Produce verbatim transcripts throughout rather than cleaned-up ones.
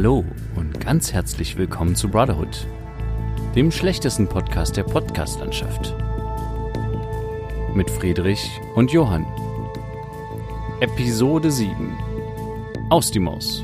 Hallo und ganz herzlich willkommen zu Brotherhood, dem schlechtesten Podcast der Podcastlandschaft. Mit Friedrich und Johann. Episode sieben. Aus die Maus.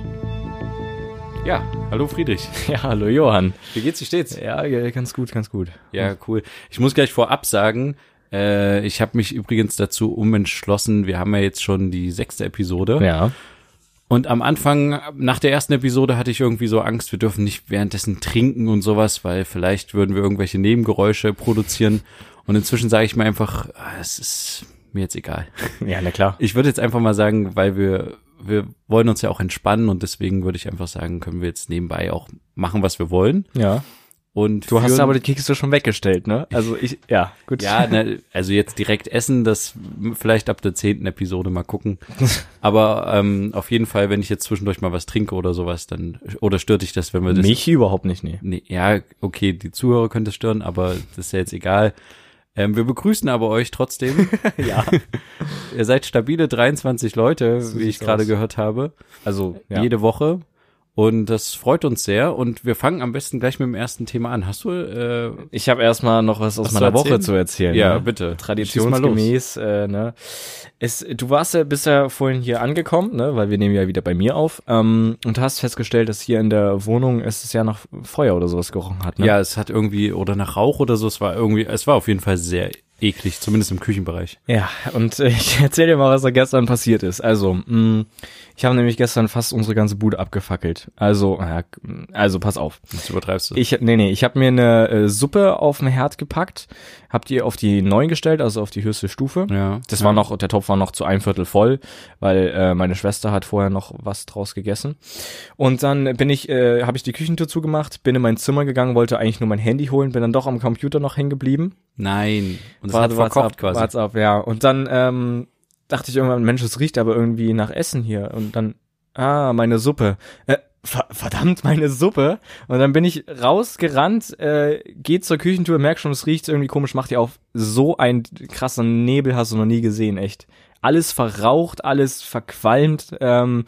Ja, hallo Friedrich. Ja, hallo Johann. Wie geht's, wie steht's? Ja, ganz gut, ganz gut. Ja, cool. Ich muss gleich vorab sagen, äh, ich habe mich übrigens dazu umentschlossen, wir haben ja jetzt schon die sechste Episode. Ja. Und am Anfang, nach der ersten Episode, hatte ich irgendwie so Angst, wir dürfen nicht währenddessen trinken und sowas, weil vielleicht würden wir irgendwelche Nebengeräusche produzieren. Und inzwischen sage ich mir einfach, es ist mir jetzt egal. Ja, na klar. Ich würde jetzt einfach mal sagen, weil wir wir wollen uns ja auch entspannen und deswegen würde ich einfach sagen, können wir jetzt nebenbei auch machen, was wir wollen. Ja. Und du hast aber die Kekse schon weggestellt, ne? Also ich, ja, gut. Ja, ne, also jetzt direkt essen, das vielleicht ab der zehnten Episode mal gucken. Aber ähm, auf jeden Fall, wenn ich jetzt zwischendurch mal was trinke oder sowas, dann, oder stört dich das, wenn wir das... Mich überhaupt nicht, nee. nee. Ja, okay, die Zuhörer könnte es stören, aber das ist ja jetzt egal. Ähm, wir begrüßen aber euch trotzdem. Ja. Ihr seid stabile dreiundzwanzig Leute, so wie ich gerade gehört habe. Also ja. Jede Woche. Und das freut uns sehr. Und wir fangen am besten gleich mit dem ersten Thema an. Hast du? Äh, ich habe erstmal noch was aus meiner Woche zu erzählen. Ja, ne? bitte. Traditionsgemäß. Äh, ne? Es, du warst ja bisher vorhin hier angekommen, ne? Weil wir nehmen ja wieder bei mir auf. Ähm, und hast festgestellt, dass hier in der Wohnung es ja nach Feuer oder sowas gerochen hat. Ne? Ja, es hat irgendwie, oder nach Rauch oder so. Es war irgendwie, es war auf jeden Fall sehr eklig, zumindest im Küchenbereich. Ja, und äh, ich erzähl dir mal, was da gestern passiert ist. Also, mh, ich habe nämlich gestern fast unsere ganze Bude abgefackelt. Also, äh, also pass auf. Jetzt übertreibst du. Ich, nee, nee, ich habe mir eine äh, Suppe auf den Herd gepackt, hab die auf die neun gestellt, also auf die höchste Stufe. Ja. Das ja. war noch, der Topf war noch zu ein Viertel voll, weil äh, meine Schwester hat vorher noch was draus gegessen. Und dann bin ich, äh, habe ich die Küchentür zugemacht, bin in mein Zimmer gegangen, wollte eigentlich nur mein Handy holen, bin dann doch am Computer noch hängen geblieben. Nein. Und es Warte, hat verkocht ab, quasi. Warte ab, ja. Und dann ähm, dachte ich irgendwann, Mensch, es riecht aber irgendwie nach Essen hier. Und dann, ah, meine Suppe. Äh, ver- verdammt, meine Suppe. Und dann bin ich rausgerannt, äh, geh zur Küchentür, merk schon, es riecht irgendwie komisch, mach die auf. So ein krasser Nebel hast du noch nie gesehen, echt. Alles verraucht, alles verqualmt, ähm,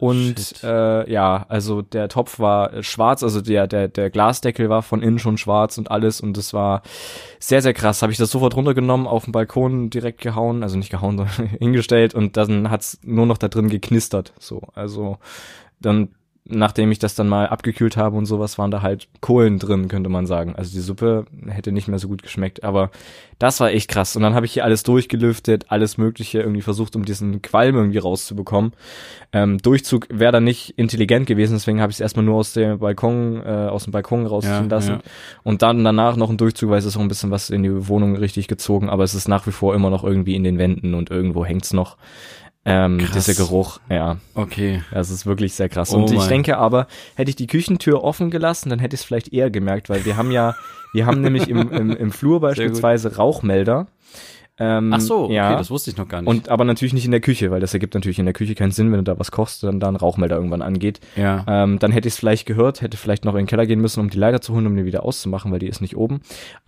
und äh, ja, also der Topf war schwarz, also der der der Glasdeckel war von innen schon schwarz und alles und das war sehr, sehr krass. Habe ich das sofort runtergenommen, auf den Balkon direkt gehauen, also nicht gehauen, sondern hingestellt und dann hat's nur noch da drin geknistert, so. Also dann, nachdem ich das dann mal abgekühlt habe und sowas, waren da halt Kohlen drin, könnte man sagen. Also die Suppe hätte nicht mehr so gut geschmeckt, aber das war echt krass. Und dann habe ich hier alles durchgelüftet, alles Mögliche irgendwie versucht, um diesen Qualm irgendwie rauszubekommen. Ähm, Durchzug wäre dann nicht intelligent gewesen, deswegen habe ich es erstmal nur aus dem Balkon, äh, aus dem Balkon rausziehen ja, lassen. Ja. Und dann danach noch ein Durchzug, weil es ist auch ein bisschen was in die Wohnung richtig gezogen, aber es ist nach wie vor immer noch irgendwie in den Wänden und irgendwo hängt's noch. Ähm, dieser Geruch, ja. Okay. Das ist wirklich sehr krass. Oh und ich mein. denke aber, hätte ich die Küchentür offen gelassen, dann hätte ich es vielleicht eher gemerkt, weil wir haben ja, wir haben nämlich im, im, im Flur beispielsweise Rauchmelder. Ähm, Ach so, okay, ja. das wusste ich noch gar nicht. Und aber natürlich nicht in der Küche, weil das ergibt natürlich in der Küche keinen Sinn, wenn du da was kochst, dann da ein Rauchmelder irgendwann angeht. Ja. Ähm, dann hätte ich es vielleicht gehört, hätte vielleicht noch in den Keller gehen müssen, um die Leiter zu holen, um die wieder auszumachen, weil die ist nicht oben.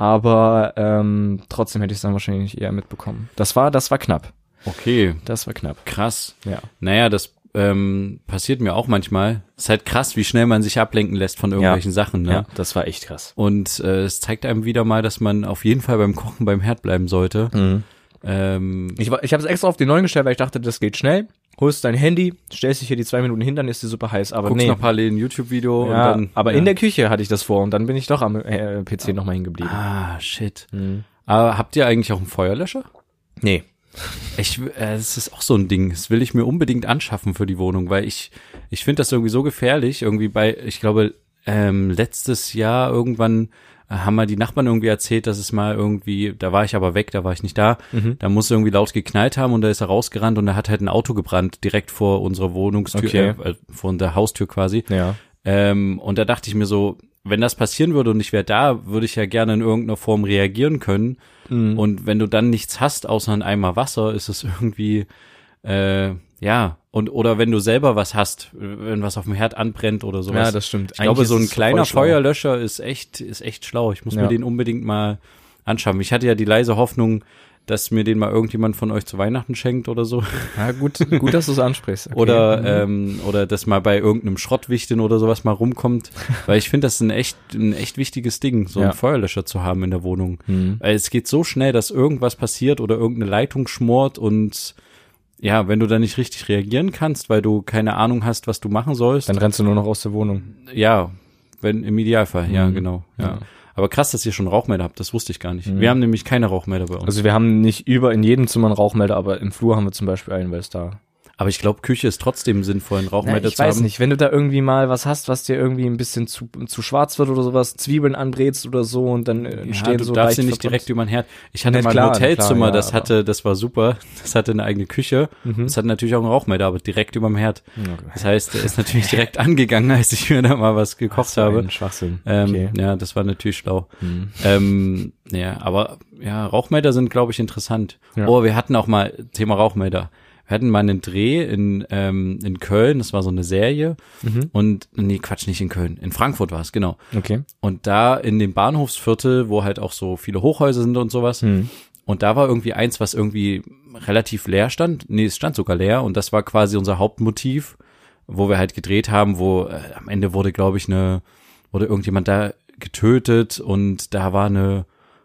Aber ähm, trotzdem hätte ich es dann wahrscheinlich eher mitbekommen. Das war, das war knapp. Okay. Das war knapp. Krass. Ja. Naja, das ähm, passiert mir auch manchmal. Es ist halt krass, wie schnell man sich ablenken lässt von irgendwelchen ja. Sachen. Ne? Ja, das war echt krass. Und äh, es zeigt einem wieder mal, dass man auf jeden Fall beim Kochen beim Herd bleiben sollte. Mhm. Ähm, Ich, ich habe es extra auf die neun gestellt, weil ich dachte, das geht schnell. Holst dein Handy, stellst dich hier die zwei Minuten hin, dann ist die super heiß. Aber guckst nee. noch parallel ein YouTube-Video Ja, und dann. aber ja. in der Küche hatte ich das vor und dann bin ich doch am äh, P C nochmal hingeblieben. Ah, shit. Mhm. Aber habt ihr eigentlich auch einen Feuerlöscher? Nee. Ich, äh, das ist auch so ein Ding. Das will ich mir unbedingt anschaffen für die Wohnung, weil ich, ich finde das irgendwie so gefährlich. Irgendwie bei, ich glaube, ähm, letztes Jahr irgendwann äh, haben mal die Nachbarn irgendwie erzählt, dass es mal irgendwie, da war ich aber weg, da war ich nicht da, Mhm. da muss irgendwie laut geknallt haben und da ist er rausgerannt und da hat halt ein Auto gebrannt, direkt vor unserer Wohnungstür, Okay. äh, vor der Haustür quasi. Ja. Ähm, und da dachte ich mir so, wenn das passieren würde und ich wäre da, würde ich ja gerne in irgendeiner Form reagieren können. Mhm. Und wenn du dann nichts hast, außer ein Eimer Wasser, ist es irgendwie, äh, ja, und oder wenn du selber was hast, wenn was auf dem Herd anbrennt oder sowas. Ja, das stimmt. Ich glaube, Eigentlich so ist ein es kleiner voll schlau. Feuerlöscher ist echt, ist echt schlau. Ich muss Ja. mir den unbedingt mal anschaffen. Ich hatte ja die leise Hoffnung, dass mir den mal irgendjemand von euch zu Weihnachten schenkt oder so. Ja, gut, gut, dass du es ansprichst. Okay. Oder, ähm, oder dass mal bei irgendeinem Schrottwichteln oder sowas mal rumkommt. Weil ich finde, das ist ein echt, ein echt wichtiges Ding, so einen Ja. Feuerlöscher zu haben in der Wohnung. Mhm. Weil es geht so schnell, dass irgendwas passiert oder irgendeine Leitung schmort und ja, wenn du da nicht richtig reagieren kannst, weil du keine Ahnung hast, was du machen sollst. Dann rennst du nur noch aus der Wohnung. Ja, wenn im Idealfall, ja, Mhm. genau. Ja. Ja. Aber krass, dass ihr schon Rauchmelder habt, das wusste ich gar nicht. Mhm. Wir haben nämlich keine Rauchmelder bei uns. Also wir haben nicht über in jedem Zimmer einen Rauchmelder, aber im Flur haben wir zum Beispiel einen, weil es da. Aber ich glaube, Küche ist trotzdem sinnvoll, einen Rauchmelder Na, ich zu weiß haben. nicht, wenn du da irgendwie mal was hast, was dir irgendwie ein bisschen zu, zu schwarz wird oder sowas, Zwiebeln anbrätst oder so und dann äh, Ja, stehen du so darfst leicht sie nicht verbrannt. direkt über den Herd. Ich hatte Na mal klar, ein na klar, Hotelzimmer, ja, das aber- hatte, das war super. Das hatte eine eigene Küche. Mhm. Das hatte natürlich auch einen Rauchmelder, aber direkt über dem Herd. Okay. Das heißt, der ist natürlich direkt angegangen, als ich mir da mal was gekocht So habe. ein Schwachsinn. Ähm, Okay. Ja, das war natürlich schlau. Mhm. Ähm, ja, aber ja, Rauchmelder sind, glaube ich, interessant. Ja. Oh, wir hatten auch mal Thema Rauchmelder. Wir hatten mal einen Dreh in ähm, in Köln, das war so eine Serie. Mhm. Und, nee, Quatsch, nicht in Köln, in Frankfurt war es, genau. Okay. Und da in dem Bahnhofsviertel, wo halt auch so viele Hochhäuser sind und sowas. Mhm. Und da war irgendwie eins, was irgendwie relativ leer stand. Nee, es stand sogar leer. Und das war quasi unser Hauptmotiv, wo wir halt gedreht haben, wo äh, am Ende wurde, glaube ich, eine, wurde irgendjemand da getötet und da war eine,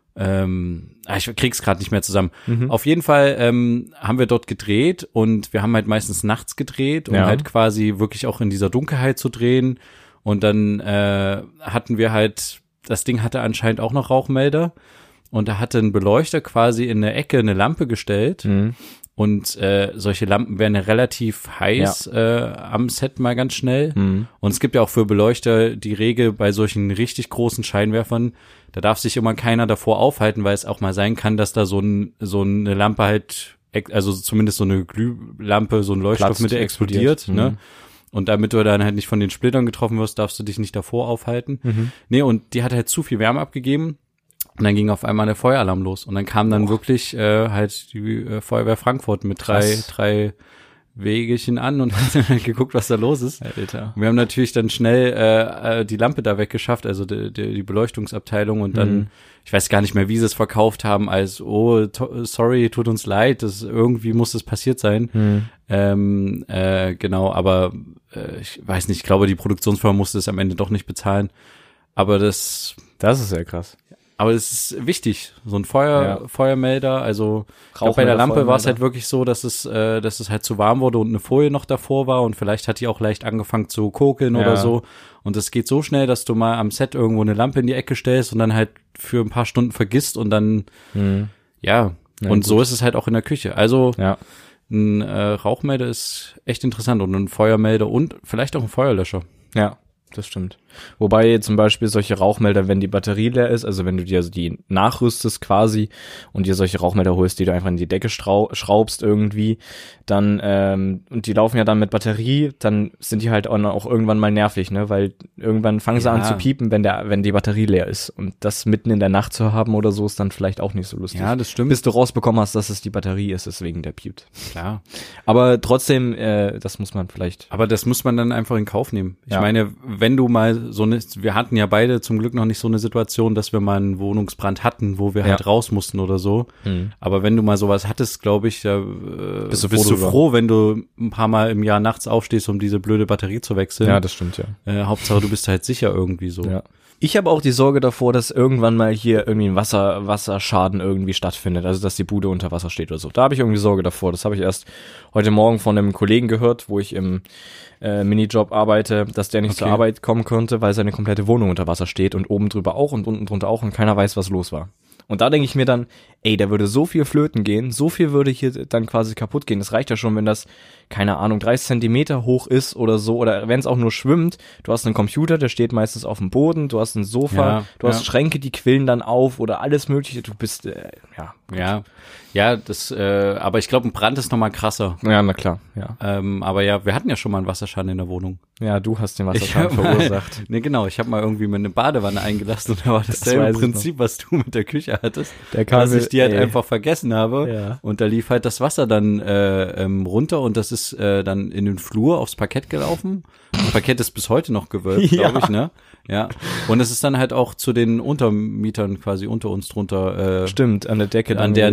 ähm, ah, ich krieg's gerade nicht mehr zusammen. Mhm. Auf jeden Fall ähm, haben wir dort gedreht und wir haben halt meistens nachts gedreht, um Ja. halt quasi wirklich auch in dieser Dunkelheit zu drehen. Und dann äh, hatten wir halt, das Ding hatte anscheinend auch noch Rauchmelder und da hatte ein Beleuchter quasi in der Ecke eine Lampe gestellt. Mhm. Und äh, solche Lampen werden ja relativ heiß äh, am Set mal ganz schnell. Mhm. Und es gibt ja auch für Beleuchter die Regel bei solchen richtig großen Scheinwerfern, da darf sich immer keiner davor aufhalten, weil es auch mal sein kann, dass da so ein so eine Lampe halt, ex- also zumindest so eine Glühlampe, so ein Leuchtstoff Platzt, mit der explodiert. explodiert. Ne? Mhm. Und damit du dann halt nicht von den Splittern getroffen wirst, darfst du dich nicht davor aufhalten. Mhm. Nee, und die hat halt zu viel Wärme abgegeben. Und dann ging auf einmal der Feueralarm los. Und dann kam dann wirklich äh, halt die äh, Feuerwehr Frankfurt mit drei, Krass. drei Wegelchen an und hat dann halt geguckt, was da los ist. Alter. Wir haben natürlich dann schnell äh, äh, die Lampe da weggeschafft, also die, die, die Beleuchtungsabteilung und dann, Mhm. ich weiß gar nicht mehr, wie sie es verkauft haben, als, oh, to- sorry, tut uns leid, das irgendwie muss das passiert sein. Mhm. Ähm, äh, genau, aber äh, ich weiß nicht, ich glaube, die Produktionsfirma musste es am Ende doch nicht bezahlen. Aber das, Das ist sehr krass. aber es ist wichtig, so ein Feuer, Ja. Feuermelder, also ich glaub, bei der Rauchmelder, Lampe war es Feuermelder. halt wirklich so, dass es, äh, dass es halt zu warm wurde und eine Folie noch davor war und vielleicht hat die auch leicht angefangen zu kokeln Ja. oder so. Und es geht so schnell, dass du mal am Set irgendwo eine Lampe in die Ecke stellst und dann halt für ein paar Stunden vergisst und dann, Mhm. ja, Ja, und gut. so ist es halt auch in der Küche. Also Ja. ein äh, Rauchmelder ist echt interessant und ein Feuermelder und vielleicht auch ein Feuerlöscher. Ja, das stimmt. Wobei zum Beispiel solche Rauchmelder, wenn die Batterie leer ist, also wenn du dir also die nachrüstest quasi und dir solche Rauchmelder holst, die du einfach in die Decke strau- schraubst irgendwie, dann, ähm, und die laufen ja dann mit Batterie, dann sind die halt auch, auch irgendwann mal nervig, ne, weil irgendwann fangen sie Ja. an zu piepen, wenn der, wenn die Batterie leer ist. Und das mitten in der Nacht zu haben oder so ist dann vielleicht auch nicht so lustig. Ja, das stimmt. Bis du rausbekommen hast, dass es die Batterie ist, deswegen der piept. Klar. Aber trotzdem, äh, das muss man vielleicht. Aber das muss man dann einfach in Kauf nehmen. Ich Ja. meine, wenn du mal so eine, wir hatten ja beide zum Glück noch nicht so eine Situation, dass wir mal einen Wohnungsbrand hatten, wo wir Ja. halt raus mussten oder so. Mhm. Aber wenn du mal sowas hattest, glaube ich, da äh, Bist du bist du froh froh, wenn du ein paar Mal im Jahr nachts aufstehst, um diese blöde Batterie zu wechseln. Ja, das stimmt, ja. äh, Hauptsache, du bist halt sicher irgendwie so. Ja. Ich habe auch die Sorge davor, dass irgendwann mal hier irgendwie ein Wasser, Wasserschaden irgendwie stattfindet, also dass die Bude unter Wasser steht oder so. Da habe ich irgendwie Sorge davor. Das habe ich erst heute Morgen von einem Kollegen gehört, wo ich im äh, Minijob arbeite, dass der nicht Okay. zur Arbeit kommen konnte, weil seine komplette Wohnung unter Wasser steht und oben drüber auch und unten drunter auch und keiner weiß, was los war. Und da denke ich mir dann, ey, da würde so viel flöten gehen, so viel würde hier dann quasi kaputt gehen. Das reicht ja schon, wenn das, keine Ahnung, dreißig Zentimeter hoch ist oder so, oder wenn es auch nur schwimmt. Du hast einen Computer, der steht meistens auf dem Boden, du hast ein Sofa, Ja, du hast ja. Schränke, die quillen dann auf oder alles mögliche. Du bist, äh, ja. Ja, ja, das, äh, aber ich glaube, ein Brand ist noch mal krasser. Ja, na klar, ja. Ähm, aber ja, wir hatten ja schon mal einen Wasserschaden in der Wohnung. Ja, du hast den Ich Wasserschaden hab mal- verursacht. Ne, genau. Ich habe mal irgendwie mit eine Badewanne eingelassen und da war dasselbe weiß ich Prinzip, was du mit der Küche hattest. Der Dass Kabel, ich die halt ey. einfach vergessen habe. Ja. Und da lief halt das Wasser dann äh, ähm, runter und das ist äh, dann in den Flur aufs Parkett gelaufen. Das Parkett ist bis heute noch gewölbt, Ja. glaube ich, ne? Ja. Und es ist dann halt auch zu den Untermietern quasi unter uns drunter äh, Stimmt, an der Decke. an dann deren gewesen. Decke. Und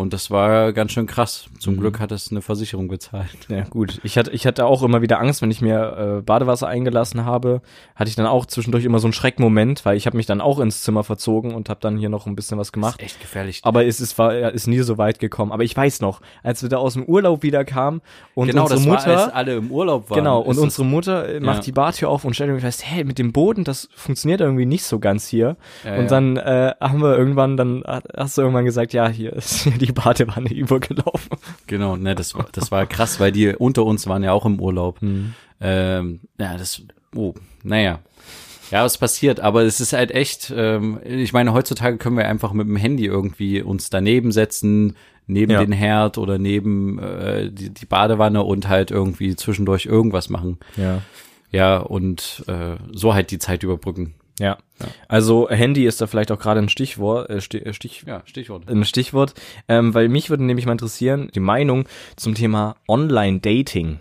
und das war ganz schön krass. Zum Mhm. Glück hat es eine Versicherung bezahlt. Ja, gut. Ich hatte, ich hatte auch immer wieder Angst, wenn ich mir äh, Badewasser eingelassen habe, hatte ich dann auch zwischendurch immer so einen Schreckmoment, weil ich habe mich dann auch ins Zimmer verzogen und habe dann hier noch ein bisschen was gemacht. Echt gefährlich. Aber es ist, war, ist nie so weit gekommen. Aber ich weiß noch, als wir da aus dem Urlaub wieder kamen und genau, unsere das Mutter, war, als alle im Urlaub waren. genau, und ist unsere Mutter äh, macht ja. die Badtür auf und stellt irgendwie fest, hey, mit dem Boden, das funktioniert irgendwie nicht so ganz hier. Ja, und ja. dann äh, haben wir irgendwann, dann hast du irgendwann gesagt, ja, hier ist hier die Badewanne übergelaufen. Genau, ne, das war, das war krass, weil die unter uns waren ja auch im Urlaub. Mhm. Ähm, ja, das, oh, naja. Ja, es passiert, aber es ist halt echt, ähm, ich meine, heutzutage können wir einfach mit dem Handy irgendwie uns daneben setzen, neben Ja. den Herd oder neben äh, die, die Badewanne und halt irgendwie zwischendurch irgendwas machen. Ja. Ja, und äh, so halt die Zeit überbrücken. Ja. Also Handy ist da vielleicht auch gerade ein Stichwort, äh, Stich, Stich, Ja, Stichwort. ein Stichwort, ähm, weil mich würde nämlich mal interessieren, die Meinung zum Thema Online-Dating.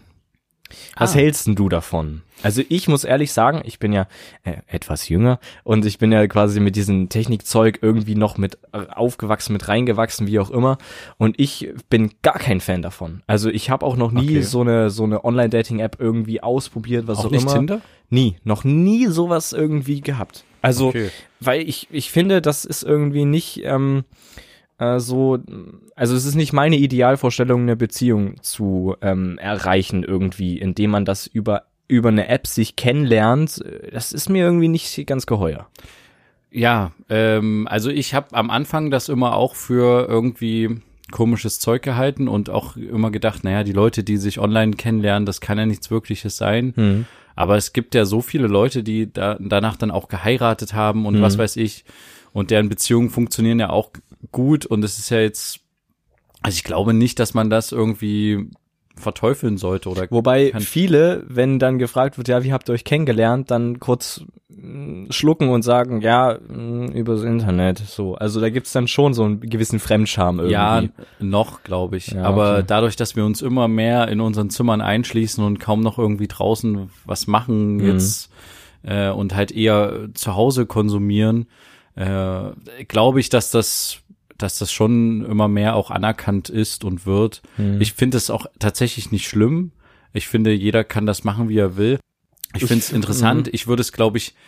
Was Ah. hältst denn du davon? Also ich muss ehrlich sagen, ich bin ja äh, etwas jünger und ich bin ja quasi mit diesem Technikzeug irgendwie noch mit äh, aufgewachsen, mit reingewachsen, wie auch immer. Und ich bin gar kein Fan davon. Also ich habe auch noch nie Okay. so eine so eine Online-Dating-App irgendwie ausprobiert, was auch, Auch nicht immer. Tinder? Nie, noch nie sowas irgendwie gehabt. Also, Okay. weil ich ich finde, das ist irgendwie nicht ähm, äh, so, also es ist nicht meine Idealvorstellung, eine Beziehung zu ähm, erreichen irgendwie, indem man das über über eine App sich kennenlernt. Das ist mir irgendwie nicht ganz geheuer. Ja, ähm, also ich habe am Anfang das immer auch für irgendwie komisches Zeug gehalten und auch immer gedacht, naja, die Leute, die sich online kennenlernen, das kann ja nichts Wirkliches sein. Hm. Aber es gibt ja so viele Leute, die da, danach dann auch geheiratet haben und Mhm. was weiß ich. Und deren Beziehungen funktionieren ja auch gut. Und es ist ja jetzt, also ich glaube nicht, dass man das irgendwie verteufeln sollte oder Wobei kann- viele, wenn dann gefragt wird, ja, wie habt ihr euch kennengelernt, dann kurz mh, schlucken und sagen, ja, mh, übers Internet, so. Also da gibt's dann schon so einen gewissen Fremdscham irgendwie. Ja, noch, glaube ich. Ja, Aber okay. dadurch, dass wir uns immer mehr in unseren Zimmern einschließen und kaum noch irgendwie draußen was machen Mhm. jetzt äh, und halt eher zu Hause konsumieren, äh, glaube ich, dass das dass das schon immer mehr auch anerkannt ist und wird. Mhm. Ich finde es auch tatsächlich nicht schlimm. Ich finde, jeder kann das machen, wie er will. Ich Ich- finde es interessant. mhm. Ich würde es, glaube ich,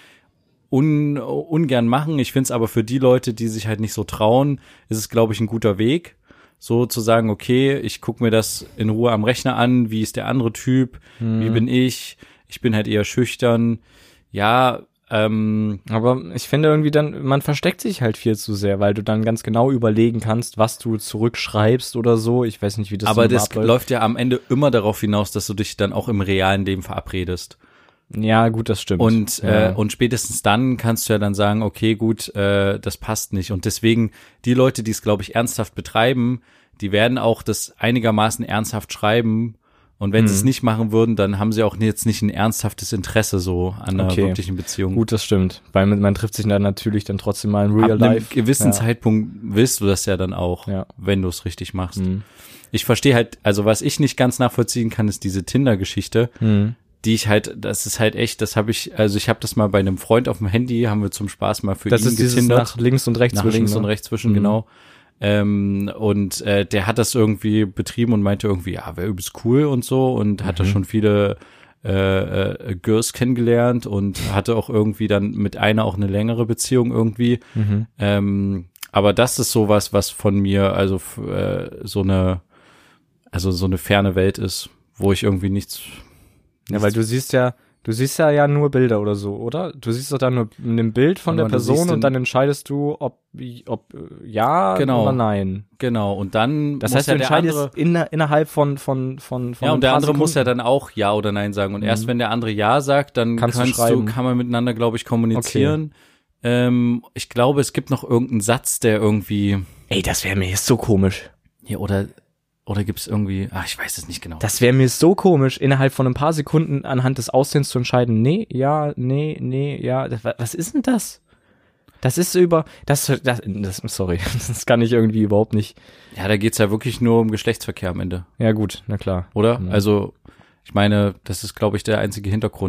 un, ungern machen. Ich finde es aber für die Leute, die sich halt nicht so trauen, ist es, glaube ich, ein guter Weg. So zu sagen, okay, ich gucke mir das in Ruhe am Rechner an, wie ist der andere Typ, Mhm. wie bin ich, ich bin halt eher schüchtern. Ja, ähm, Aber ich finde irgendwie dann, man versteckt sich halt viel zu sehr, weil du dann ganz genau überlegen kannst, was du zurückschreibst oder so. Ich weiß nicht, wie das aber so das abläuft. läuft ja am Ende immer darauf hinaus, dass du dich dann auch im realen Leben verabredest. Ja, gut, das stimmt. Und ja. äh, und spätestens dann kannst du ja dann sagen, okay, gut, äh, das passt nicht. Und deswegen, die Leute, die es, glaube ich, ernsthaft betreiben, die werden auch das einigermaßen ernsthaft schreiben. Und wenn sie es Mhm. nicht machen würden, dann haben sie auch jetzt nicht ein ernsthaftes Interesse so an einer Okay. wirklichen Beziehung. Gut, das stimmt. Weil man, man trifft sich dann natürlich dann trotzdem mal in Real Ab einem Life. gewissen ja. Zeitpunkt willst du das ja dann auch, Ja. wenn du es richtig machst. Mhm. Ich verstehe halt, also was ich nicht ganz nachvollziehen kann, ist diese Tinder-Geschichte, Mhm. die ich halt, das ist halt echt, das habe ich, also ich habe das mal bei einem Freund auf dem Handy, haben wir zum Spaß mal für Das ihn ist dieses getindert. nach links und rechts nach zwischen, links ne? und rechts zwischen, Mhm. genau. Ähm, und äh, der hat das irgendwie betrieben und meinte irgendwie, ja, wäre übelst cool und so und hatte Mhm. schon viele äh, äh, Girls kennengelernt und hatte auch irgendwie dann mit einer auch eine längere Beziehung irgendwie. Mhm. Ähm, aber das ist sowas, was von mir also f- äh, so eine also so eine ferne Welt ist, wo ich irgendwie nichts. Ja, weil du siehst ja, du siehst ja ja nur Bilder oder so, oder? Du siehst doch dann nur ein Bild von Aber der du Person siehst und den- dann entscheidest du, ob, ob äh, ja Genau. oder nein. Genau, und dann Das muss heißt, ja du der entscheidest andere, in, innerhalb von, von, von, von ja, ein und der paar andere muss ja Sekunden. dann auch Ja oder Nein sagen. Und erst Mhm. wenn der andere Ja sagt, dann Kannst kannst, du du, schreiben. kann man miteinander, glaube ich, kommunizieren. Ähm, ich glaube, es gibt noch irgendeinen Satz, der irgendwie, Ey, das wäre mir jetzt so komisch. ja, oder, oder gibt's irgendwie, ach, ich weiß es nicht genau. Das wäre mir so komisch, innerhalb von ein paar Sekunden anhand des Aussehens zu entscheiden, nee, ja, nee, nee, ja, das, was ist denn das? Das ist über, das, das, das, sorry, das kann ich irgendwie überhaupt nicht. Ja, da geht's ja wirklich nur um Geschlechtsverkehr am Ende, Ja gut, na klar. oder? Ja. Also, ich meine, das ist, glaube ich, der einzige Hintergrund.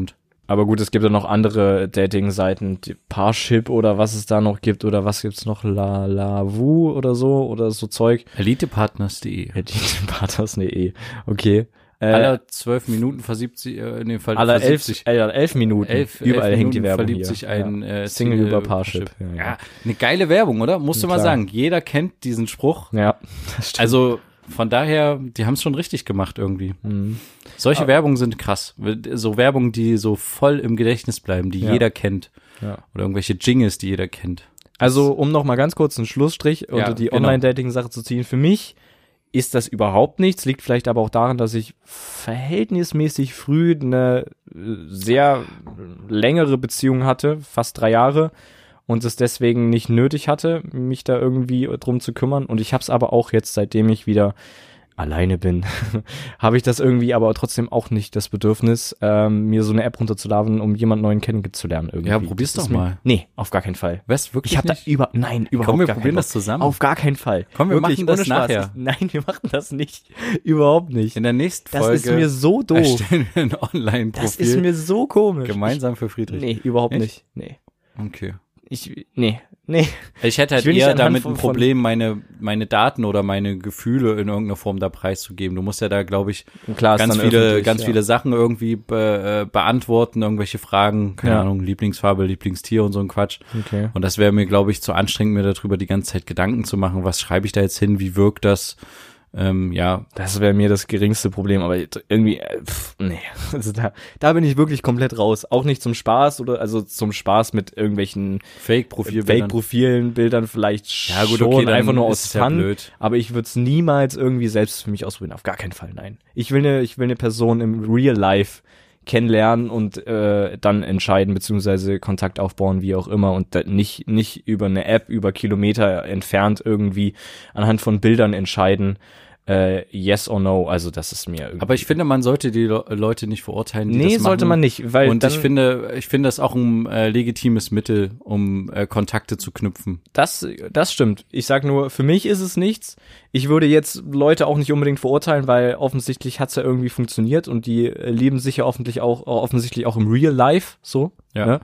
Aber gut, es gibt ja noch andere Dating-Seiten, die Parship oder was es da noch gibt oder was gibt's noch, La Lavu oder so oder so Zeug. Elitepartners punkt de. Elitepartners punkt de, okay. Äh, Alle zwölf Minuten versiebt sich, äh, in dem Fall alle elf, sich, äh, elf Minuten, elf, überall elf hängt die Minuten Werbung verliebt hier. sich ein ja. äh, Single, Single über Parship. Ja, Ja, ja. ja, eine geile Werbung, oder? Musst du Ja, mal klar. sagen, jeder kennt diesen Spruch. Ja, das stimmt. Also von daher, die haben es schon richtig gemacht irgendwie. Mhm. Solche Aber- Werbungen sind krass. So Werbungen, die so voll im Gedächtnis bleiben, die Ja. jeder kennt. Ja. Oder irgendwelche Jingles, die jeder kennt. Also, um noch mal ganz kurz einen Schlussstrich unter die genau. Online-Dating-Sache zu ziehen, für mich ist das überhaupt nichts, liegt vielleicht aber auch daran, dass ich verhältnismäßig früh eine äh, sehr längere Beziehung hatte, fast drei Jahre, und es deswegen nicht nötig hatte, mich da irgendwie drum zu kümmern. Und ich habe es aber auch jetzt, seitdem ich wieder alleine bin, habe ich das irgendwie aber trotzdem auch nicht das Bedürfnis, ähm, mir so eine App runterzuladen, um jemanden neuen kennenzulernen irgendwie. Ja, probier's Das doch ist mir- mal. Nee, auf gar keinen Fall. Was, wirklich Ich habe da nicht? über, nein, überhaupt Komm, wir gar probieren keinen das Bock. zusammen. Auf gar keinen Fall. Komm, wir Wirklich, machen das ohne Spaß. nachher. Ich, nein, wir machen das nicht. Überhaupt nicht. In der nächsten Das Folge ist mir so doof. erstellen wir ein Das Online-Profil ist mir so komisch. gemeinsam für Friedrich. Ich, nee, überhaupt Echt? nicht. Nee. Okay. Ich, nee, nee. Ich hätte halt Ich will nicht eher anhand damit von- ein Problem, meine, meine Daten oder meine Gefühle in irgendeiner Form da preiszugeben. Du musst ja da, glaube ich, Klar, ist ganz dann viele, öffentlich, ganz ja. viele Sachen irgendwie be, äh, beantworten, irgendwelche Fragen, keine Ja. Ahnung, Lieblingsfarbe, Lieblingstier und so ein Quatsch. Okay. Und das wäre mir, glaube ich, zu anstrengend, mir darüber die ganze Zeit Gedanken zu machen. Was schreibe ich da jetzt hin? Wie wirkt das? Ähm, ja, Das wäre mir das geringste Problem, aber irgendwie, äh, pff, nee. Also da, da bin ich wirklich komplett raus. Auch nicht zum Spaß oder, also zum Spaß mit irgendwelchen Fake-Profilbildern. Fake-Profilen, Bildern vielleicht Ja, gut, schon, okay, dann einfach nur aus ist es ja Fun. blöd. Aber ich würde es niemals irgendwie selbst für mich ausprobieren. Auf gar keinen Fall, nein. Ich will eine, ich will eine Person im Real Life kennenlernen und äh, dann entscheiden, beziehungsweise Kontakt aufbauen, wie auch immer, und da nicht, nicht über eine App, über Kilometer entfernt irgendwie anhand von Bildern entscheiden, äh, yes or no. Also das ist mir irgendwie. Aber ich finde, man sollte die Le Leute nicht verurteilen, die nee, das sollte machen. man nicht, weil Und dann, ich finde, ich finde das auch ein äh, legitimes Mittel, um äh, Kontakte zu knüpfen. Das, das stimmt. Ich sag nur, für mich ist es nichts. Ich würde jetzt Leute auch nicht unbedingt verurteilen, weil offensichtlich hat's ja irgendwie funktioniert und die äh, lieben sich ja offensichtlich auch, offensichtlich auch im Real Life, so. Ja. Ne?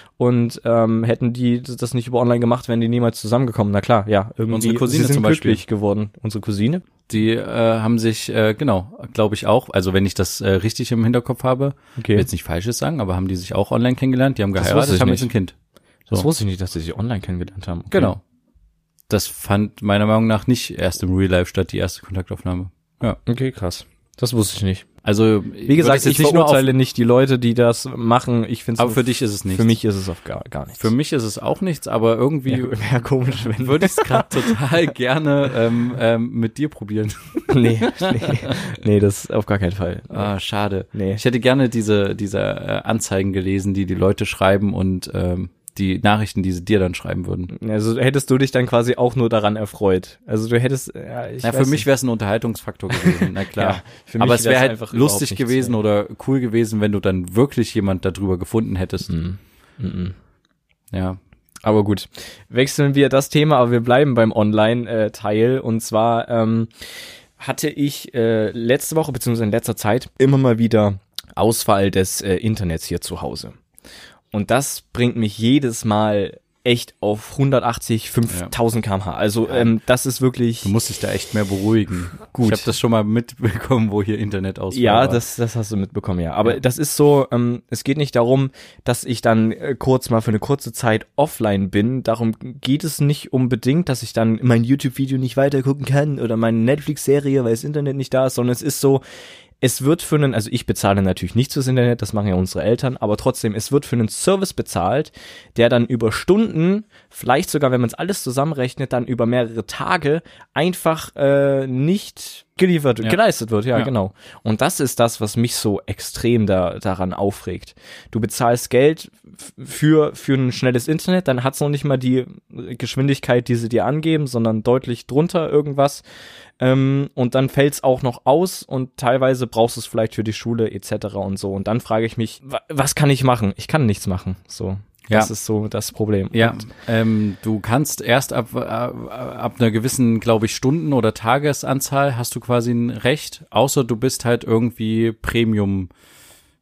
Und ähm, hätten die das nicht über online gemacht, wären die niemals zusammengekommen. Na klar, ja. Irgendwie, Unsere Cousine sie sind zum Beispiel. glücklich geworden. Unsere Cousine? Die äh, haben sich, äh, genau, glaube ich auch, also wenn ich das äh, richtig im Hinterkopf habe, Okay. will jetzt nicht Falsches sagen, aber haben die sich auch online kennengelernt, die haben Das geheiratet, wusste ich haben nicht. jetzt ein Kind. So. Das wusste ich nicht, dass sie sich online kennengelernt haben. Okay. Genau. Das fand meiner Meinung nach nicht erst im Real Life statt, die erste Kontaktaufnahme. Ja. Okay, krass. Das wusste ich nicht. Also, Wie gesagt, ich nicht nur auf, verurteile nicht die Leute, die das machen. Ich finde aber für dich ist es nichts. Für mich ist es auf gar, gar nichts. Für mich ist es auch nichts, aber irgendwie Wäre wär komisch, wenn würde ich es gerade total gerne ähm, ähm, mit dir probieren. nee, nee, nee, das auf gar keinen Fall. Ah, schade. Nee. Ich hätte gerne diese diese äh, Anzeigen gelesen, die die Leute schreiben und ähm, die Nachrichten, die sie dir dann schreiben würden. Also hättest du dich dann quasi auch nur daran erfreut. Also du hättest, ja, ich Ja, weiß für mich nicht. wäre es ein Unterhaltungsfaktor gewesen, na klar. Ja, für mich Aber es wäre wär's halt einfach lustig überhaupt nichts, gewesen ey. oder cool gewesen, wenn du dann wirklich jemand darüber gefunden hättest. Mhm. Mhm. Ja. Aber gut, wechseln wir das Thema, aber wir bleiben beim Online-Teil. Und zwar ähm, hatte ich äh, letzte Woche, beziehungsweise in letzter Zeit, immer mal wieder Ausfall des äh, Internets hier zu Hause. Und das bringt mich jedes Mal echt auf hundertachtzig, fünftausend Kilometer pro Stunde. Also ähm, das ist wirklich... Du musst dich da echt mehr beruhigen. Gut. Ich habe das schon mal mitbekommen, wo hier Internet ausfällt. Ja, das, das hast du mitbekommen, ja. Aber Ja. das ist so, ähm, es geht nicht darum, dass ich dann äh, kurz mal für eine kurze Zeit offline bin. Darum geht es nicht unbedingt, dass ich dann mein YouTube-Video nicht weitergucken kann oder meine Netflix-Serie, weil das Internet nicht da ist, sondern es ist so, es wird für einen, also ich bezahle natürlich nicht fürs Internet, das machen ja unsere Eltern, aber trotzdem, es wird für einen Service bezahlt, der dann über Stunden, vielleicht sogar, wenn man es alles zusammenrechnet, dann über mehrere Tage einfach äh, nicht geliefert, Ja. geleistet wird, ja, Ja. genau. Und das ist das, was mich so extrem da, daran aufregt. Du bezahlst Geld f- für, für ein schnelles Internet, dann hat's noch nicht mal die Geschwindigkeit, die sie dir angeben, sondern deutlich drunter irgendwas. Ähm, und dann fällt's auch noch aus und teilweise brauchst du es vielleicht für die Schule et cetera und so. Und dann frage ich mich, wa- was kann ich machen? Ich kann nichts machen. So, Ja. das ist so das Problem. Ja, Und, ähm, du kannst erst ab, ab, ab einer gewissen, glaube ich, Stunden- oder Tagesanzahl hast du quasi ein Recht, außer du bist halt irgendwie Premium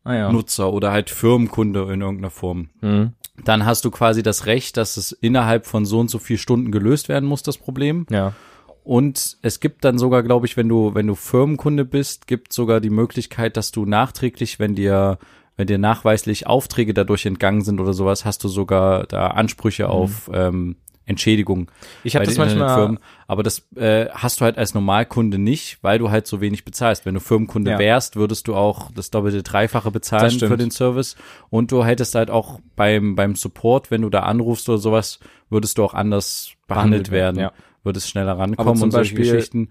Ah, ja. Nutzer oder halt Firmenkunde in irgendeiner Form. Mhm. Dann hast du quasi das Recht, dass es innerhalb von so und so vier Stunden gelöst werden muss, das Problem. Ja. Und es gibt dann sogar, glaube ich, wenn du, wenn du Firmenkunde bist, gibt sogar die Möglichkeit, dass du nachträglich, wenn dir, wenn dir nachweislich Aufträge dadurch entgangen sind oder sowas, hast du sogar da Ansprüche mhm. auf ähm, Entschädigung. Ich habe bei das den manchmal. Internetfirmen. Aber das äh, hast du halt als Normalkunde nicht, weil du halt so wenig bezahlst. Wenn du Firmenkunde Ja. wärst, würdest du auch das doppelte, dreifache Das bezahlen stimmt. für den Service. Und du hättest halt auch beim beim Support, wenn du da anrufst oder sowas, würdest du auch anders behandelt, Behandelt werden. werden, Würdest schneller Aber rankommen zum und solche Beispiel- Geschichten.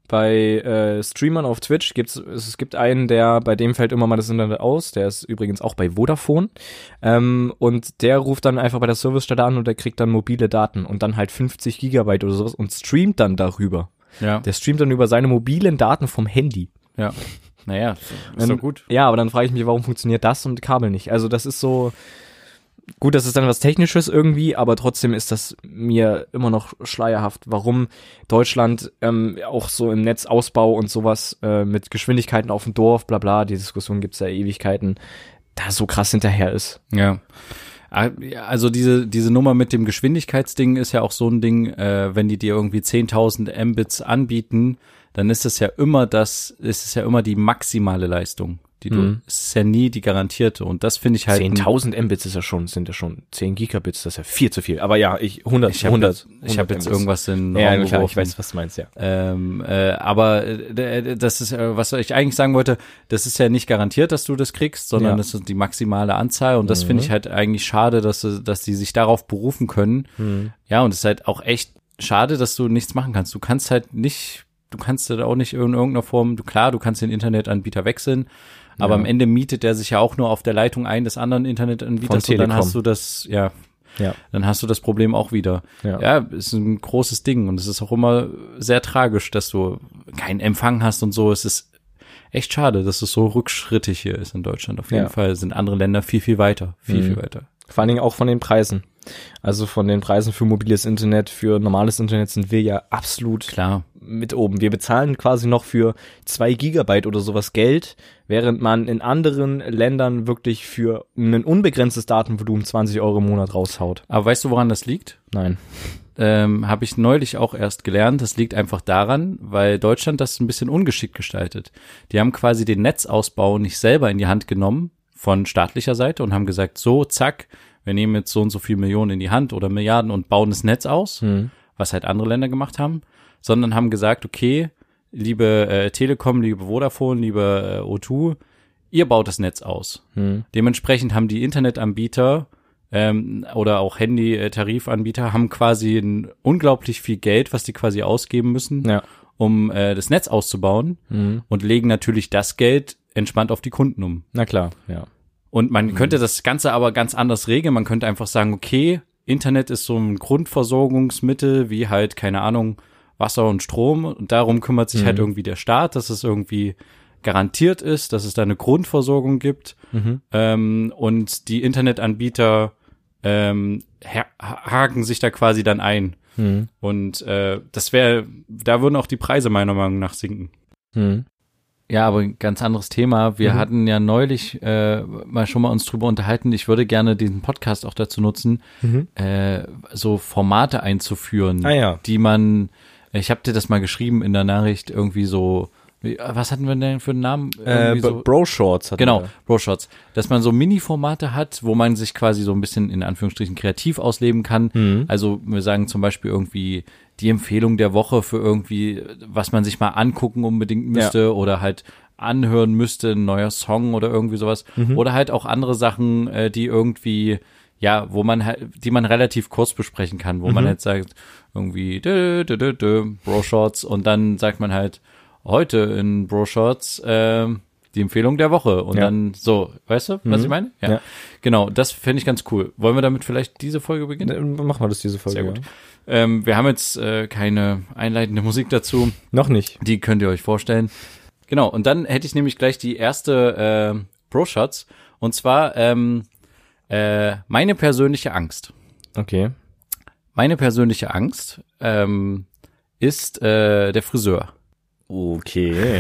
Bei äh, Streamern auf Twitch gibt's es, es gibt einen, der bei dem fällt immer mal das Internet aus. Der ist übrigens auch bei Vodafone ähm, und der ruft dann einfach bei der Servicestelle an und der kriegt dann mobile Daten und dann halt fünfzig Gigabyte oder sowas und streamt dann darüber. Ja, Der streamt dann über seine mobilen Daten vom Handy. ja. Naja, ist Ähm, doch gut. Ja, aber dann frage ich mich, warum funktioniert das und Kabel nicht? Also das ist so gut, das ist dann was Technisches irgendwie, aber trotzdem ist das mir immer noch schleierhaft, warum Deutschland ähm, auch so im Netzausbau und sowas äh, mit Geschwindigkeiten auf dem Dorf, bla bla, die Diskussion gibt's ja Ewigkeiten, da so krass hinterher ist. Ja. Ah, ja, Also diese diese Nummer mit dem Geschwindigkeitsding ist ja auch so ein Ding, äh, wenn die dir irgendwie zehntausend Mbits anbieten, dann ist es ja immer das, ist es ja immer die maximale Leistung, die du, Mhm. es ist ja nie die garantierte und das finde ich halt ein- zehntausend Mbits ist ja schon, sind ja schon zehn Gigabits, das ist ja viel zu viel. Aber ja, ich hundert, ich habe hundert, ich habe jetzt Mbits. irgendwas in den Ja, Raum klar, ich geworfen. weiß, was du meinst, ja. Ähm, äh, aber äh, das ist, äh, was ich eigentlich sagen wollte, das ist ja nicht garantiert, dass du das kriegst, sondern Ja. das ist die maximale Anzahl und das Mhm. finde ich halt eigentlich schade, dass sie- dass die sich darauf berufen können. Mhm. Ja, und es ist halt auch echt schade, dass du nichts machen kannst. Du kannst halt nicht, du kannst da auch nicht in irgendeiner Form, du, klar, du kannst den Internetanbieter wechseln, aber Ja. am Ende mietet der sich ja auch nur auf der Leitung ein des anderen Internetanbieters Von und dann Telekom. hast du das, ja, Ja. dann hast du das Problem auch wieder. Ja. Ja, ist ein großes Ding und es ist auch immer sehr tragisch, dass du keinen Empfang hast und so. Es ist echt schade, dass es so rückschrittig hier ist in Deutschland. Auf jeden Ja. Fall sind andere Länder viel, viel weiter. Viel, Mhm. viel weiter. Vor allen Dingen auch von den Preisen. Also von den Preisen für mobiles Internet, für normales Internet sind wir ja absolut Klar. mit oben. Wir bezahlen quasi noch für zwei Gigabyte oder sowas Geld, während man in anderen Ländern wirklich für ein unbegrenztes Datenvolumen zwanzig Euro im Monat raushaut. Aber weißt du, woran das liegt? Nein. Ähm, habe ich neulich auch erst gelernt. Das liegt einfach daran, weil Deutschland das ein bisschen ungeschickt gestaltet. Die haben quasi den Netzausbau nicht selber in die Hand genommen von staatlicher Seite und haben gesagt, so, zack, wir nehmen jetzt so und so viel Millionen in die Hand oder Milliarden und bauen das Netz aus, Hm. was halt andere Länder gemacht haben, sondern haben gesagt, okay, liebe äh, Telekom, liebe Vodafone, liebe äh, O zwei, ihr baut das Netz aus. Hm. Dementsprechend haben die Internetanbieter ähm, oder auch Handy-Tarifanbieter haben quasi ein unglaublich viel Geld, was die quasi ausgeben müssen, Ja. um äh, das Netz auszubauen Hm. und legen natürlich das Geld entspannt auf die Kunden um. Na klar, ja. Und man könnte das Ganze aber ganz anders regeln. Man könnte einfach sagen, okay, Internet ist so ein Grundversorgungsmittel wie halt, keine Ahnung, Wasser und Strom. Und darum kümmert sich Mhm. halt irgendwie der Staat, dass es irgendwie garantiert ist, dass es da eine Grundversorgung gibt. Mhm. Ähm, und die Internetanbieter ähm, ha- haken sich da quasi dann ein. Hm. Und äh, das wäre, da würden auch die Preise meiner Meinung nach sinken. Hm. Ja, aber ein ganz anderes Thema. Wir Mhm. hatten ja neulich äh, mal schon mal uns drüber unterhalten. Ich würde gerne diesen Podcast auch dazu nutzen, Mhm. äh, so Formate einzuführen, Ah ja. die man, ich habe dir das mal geschrieben in der Nachricht, irgendwie so, wie, was hatten wir denn für einen Namen? Äh, Irgendwie so, Bro Shorts hat genau, er. Bro-Shots. Dass man so Mini-Formate hat, wo man sich quasi so ein bisschen in Anführungsstrichen kreativ ausleben kann. Mhm. Also wir sagen zum Beispiel irgendwie die Empfehlung der Woche für irgendwie, was man sich mal angucken unbedingt müsste oder halt anhören müsste, ein neuer Song oder irgendwie sowas. Mhm. Oder halt auch andere Sachen, äh, die irgendwie, ja, wo man halt, die man relativ kurz besprechen kann, wo man Mhm. halt sagt, irgendwie dö, dö, dö, dö, Bro-Shots und dann sagt man halt heute in Bro-Shots äh, die Empfehlung der Woche und Ja. dann so, weißt du, was Mhm. ich meine? Ja. Genau, das fände ich ganz cool. Wollen wir damit vielleicht diese Folge beginnen? Dann machen wir das diese Folge. Sehr gut. Ja. Ähm, wir haben jetzt äh, keine einleitende Musik dazu. Noch nicht. Die könnt ihr euch vorstellen. Genau, und dann hätte ich nämlich gleich die erste äh, Pro-Shots. Und zwar ähm, äh, meine persönliche Angst. Okay. Meine persönliche Angst ähm, ist äh, der Friseur. Okay.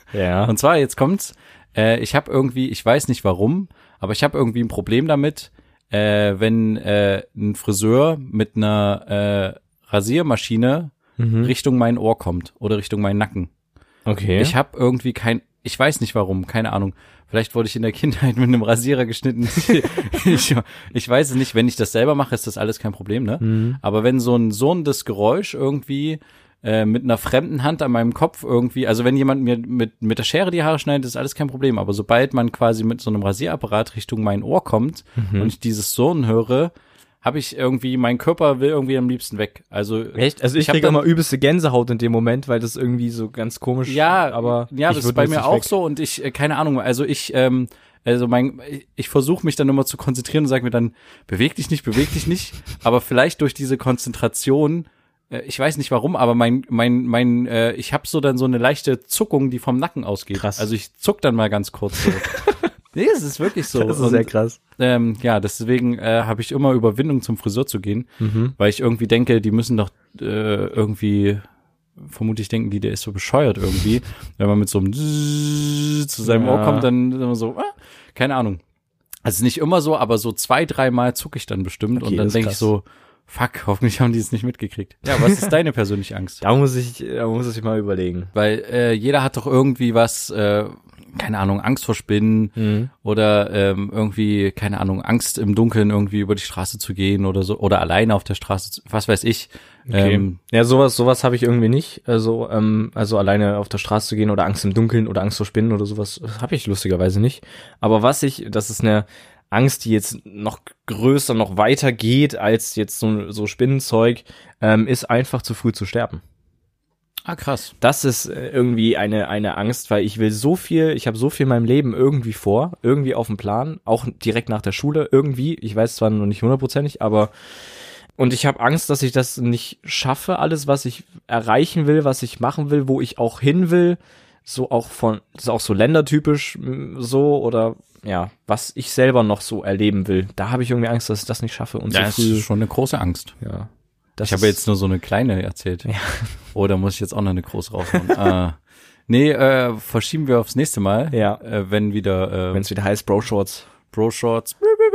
Ja. Und zwar, jetzt kommt's, äh, ich habe irgendwie, ich weiß nicht warum, aber ich habe irgendwie ein Problem damit, äh, wenn äh, ein Friseur mit einer äh, Rasiermaschine Mhm. Richtung mein Ohr kommt oder Richtung meinen Nacken. Okay. Ich habe irgendwie kein, ich weiß nicht warum, keine Ahnung. Vielleicht wurde ich in der Kindheit mit einem Rasierer geschnitten. ich, ich weiß es nicht. Wenn ich das selber mache, ist das alles kein Problem, ne? Mhm. Aber wenn so ein surrendes Geräusch irgendwie äh, mit einer fremden Hand an meinem Kopf irgendwie, also wenn jemand mir mit mit der Schere die Haare schneidet, ist alles kein Problem. Aber sobald man quasi mit so einem Rasierapparat Richtung mein Ohr kommt Mhm. und ich dieses Surren höre, habe ich irgendwie, mein Körper will irgendwie am liebsten weg. Also Echt? Also ich, ich hab kriege dann- immer übelste Gänsehaut in dem Moment, weil das irgendwie so ganz komisch, Ja, aber ja, ich das würd ist bei jetzt mir nicht auch weg. so und ich, äh, keine Ahnung, also ich, ähm, also mein, ich versuche mich dann immer zu konzentrieren und sage mir dann, beweg dich nicht, beweg dich nicht, aber vielleicht durch diese Konzentration, äh, ich weiß nicht warum, aber mein, mein, mein, äh, ich habe so dann so eine leichte Zuckung, die vom Nacken ausgeht. Krass. Also ich zuck dann mal ganz kurz so. Nee, es ist wirklich so. Das ist und, sehr krass. ähm, ja, deswegen äh, habe ich immer Überwindung zum Friseur zu gehen, Mhm. weil ich irgendwie denke, die müssen doch äh, irgendwie, vermutlich denken die, der ist so bescheuert irgendwie. Wenn man mit so einem Zzzz zu seinem Ja. Ohr kommt, dann immer so, ah, keine Ahnung. Also nicht immer so, aber so zwei, dreimal zucke ich dann bestimmt Okay, und dann das ist denke ich krass. so, fuck, hoffentlich haben die es nicht mitgekriegt. Ja, was ist deine persönliche Angst? Da muss ich, da muss ich mal überlegen. Weil äh, jeder hat doch irgendwie was, äh, keine Ahnung, Angst vor Spinnen Mhm. oder ähm, irgendwie, keine Ahnung, Angst im Dunkeln irgendwie über die Straße zu gehen oder so oder alleine auf der Straße, zu, was weiß ich. Okay. Ähm, Ja, sowas, sowas habe ich irgendwie nicht. Also, ähm, also alleine auf der Straße zu gehen oder Angst im Dunkeln oder Angst vor Spinnen oder sowas habe ich lustigerweise nicht. Aber was ich, das ist eine Angst, die jetzt noch größer, noch weiter geht als jetzt so, so Spinnenzeug, ähm, ist einfach zu früh zu sterben. ah, krass. Das ist äh, irgendwie eine eine Angst, weil ich will so viel, ich habe so viel in meinem Leben irgendwie vor, irgendwie auf dem Plan, auch direkt nach der Schule irgendwie. Ich weiß zwar noch nicht hundertprozentig, aber und ich habe Angst, dass ich das nicht schaffe, alles, was ich erreichen will, was ich machen will, wo ich auch hin will, so auch von, das ist auch so ländertypisch m, so oder ja, was ich selber noch so erleben will. Da habe ich irgendwie Angst, dass ich das nicht schaffe und Ja, das so früh. ist schon eine große Angst. Ja, das Ich habe ist- jetzt nur so eine kleine erzählt. Ja. Oh, da muss ich jetzt auch noch eine große raushauen. ah. Nee, äh, verschieben wir aufs nächste Mal, Ja. äh, wenn wieder äh, wenn es wieder heißt Bro Shorts. Bro-Shorts.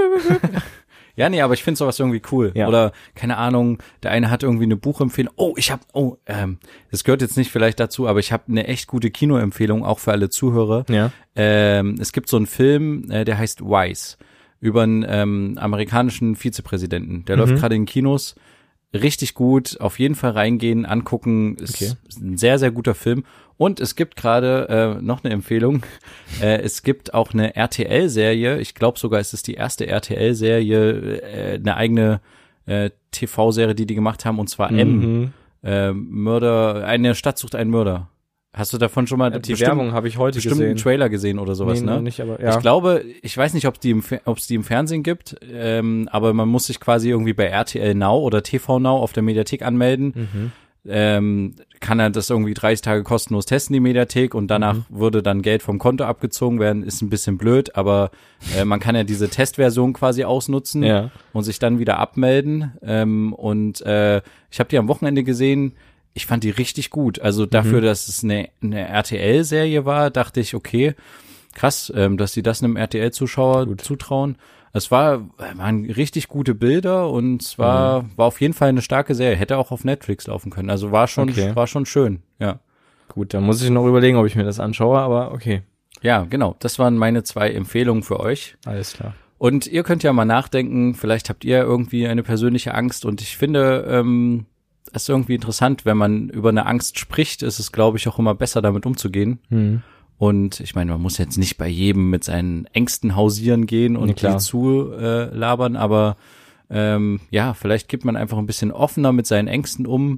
Ja, nee, aber ich finde sowas irgendwie cool. Ja. Oder, keine Ahnung, der eine hat irgendwie eine Buchempfehlung. Oh, ich habe, oh, ähm, das gehört jetzt nicht vielleicht dazu, aber ich habe eine echt gute Kinoempfehlung, auch für alle Zuhörer. Ja. Ähm, es gibt so einen Film, äh, der heißt Wise, über einen ähm, amerikanischen Vizepräsidenten. Der Mhm. läuft gerade in Kinos. Richtig gut, auf jeden Fall reingehen, angucken. Ist Okay. ein sehr, sehr guter Film. Und es gibt gerade äh, noch eine Empfehlung. Äh, es gibt auch eine R T L-Serie. Ich glaube sogar, es ist die erste R T L-Serie, äh, eine eigene äh, T V-Serie, die die gemacht haben, und zwar M. Mhm. Äh, Mörder, eine Stadt sucht einen Mörder. Hast du davon schon mal Die bestimmt, Werbung habe ich heute bestimmt gesehen. einen Trailer gesehen oder sowas, nee, ne? noch nicht, aber ja. Ich glaube, ich weiß nicht, ob die im, Fer- ob's die im Fernsehen gibt, ähm, aber man muss sich quasi irgendwie bei R T L Now oder T V Now auf der Mediathek anmelden. Mhm. Ähm, kann er das irgendwie dreißig Tage kostenlos testen, die Mediathek, und danach Mhm. würde dann Geld vom Konto abgezogen werden. Ist ein bisschen blöd, aber äh, man kann ja diese Testversion quasi ausnutzen Ja. und sich dann wieder abmelden. Ähm, und äh, ich habe die am Wochenende gesehen. Ich fand die richtig gut. Also dafür, Mhm. dass es eine, eine R T L-Serie war, dachte ich, okay, krass, ähm, dass sie das einem R T L-Zuschauer Gut. zutrauen. Es war, waren richtig gute Bilder und es war, Mhm. war auf jeden Fall eine starke Serie. Hätte auch auf Netflix laufen können. Also war schon, Okay. war schon schön. Ja. Gut, dann muss ich noch überlegen, ob ich mir das anschaue, aber okay. Ja, genau. Das waren meine zwei Empfehlungen für euch. Alles klar. Und ihr könnt ja mal nachdenken, vielleicht habt ihr irgendwie eine persönliche Angst, und ich finde, ähm, es ist irgendwie interessant, wenn man über eine Angst spricht, ist es, glaube ich, auch immer besser, damit umzugehen. Mhm. Und ich meine, man muss jetzt nicht bei jedem mit seinen Ängsten hausieren gehen und Ja, klar. die zu äh, labern, aber ähm, ja, vielleicht geht man einfach ein bisschen offener mit seinen Ängsten um.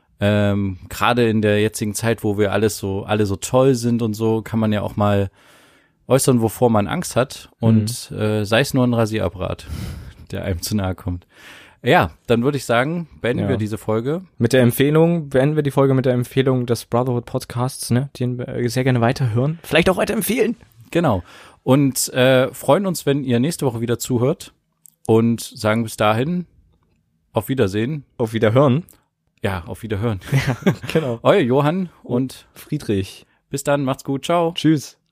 Ähm, gerade in der jetzigen Zeit, wo wir alles so, alle so toll sind und so, kann man ja auch mal äußern, wovor man Angst hat, und äh, sei es nur ein Rasierapparat, der einem zu nahe kommt. Ja, dann würde ich sagen, beenden Ja. wir diese Folge. Mit der Empfehlung, beenden wir die Folge mit der Empfehlung des Brotherhood Podcasts, ne, den wir äh, sehr gerne weiterhören. Vielleicht auch weiterempfehlen. Genau. Und äh, freuen uns, wenn ihr nächste Woche wieder zuhört, und sagen bis dahin auf Wiedersehen. Auf Wiederhören. Ja, auf Wiederhören. Genau. Euer Johann und Friedrich. Bis dann, macht's gut, ciao. Tschüss.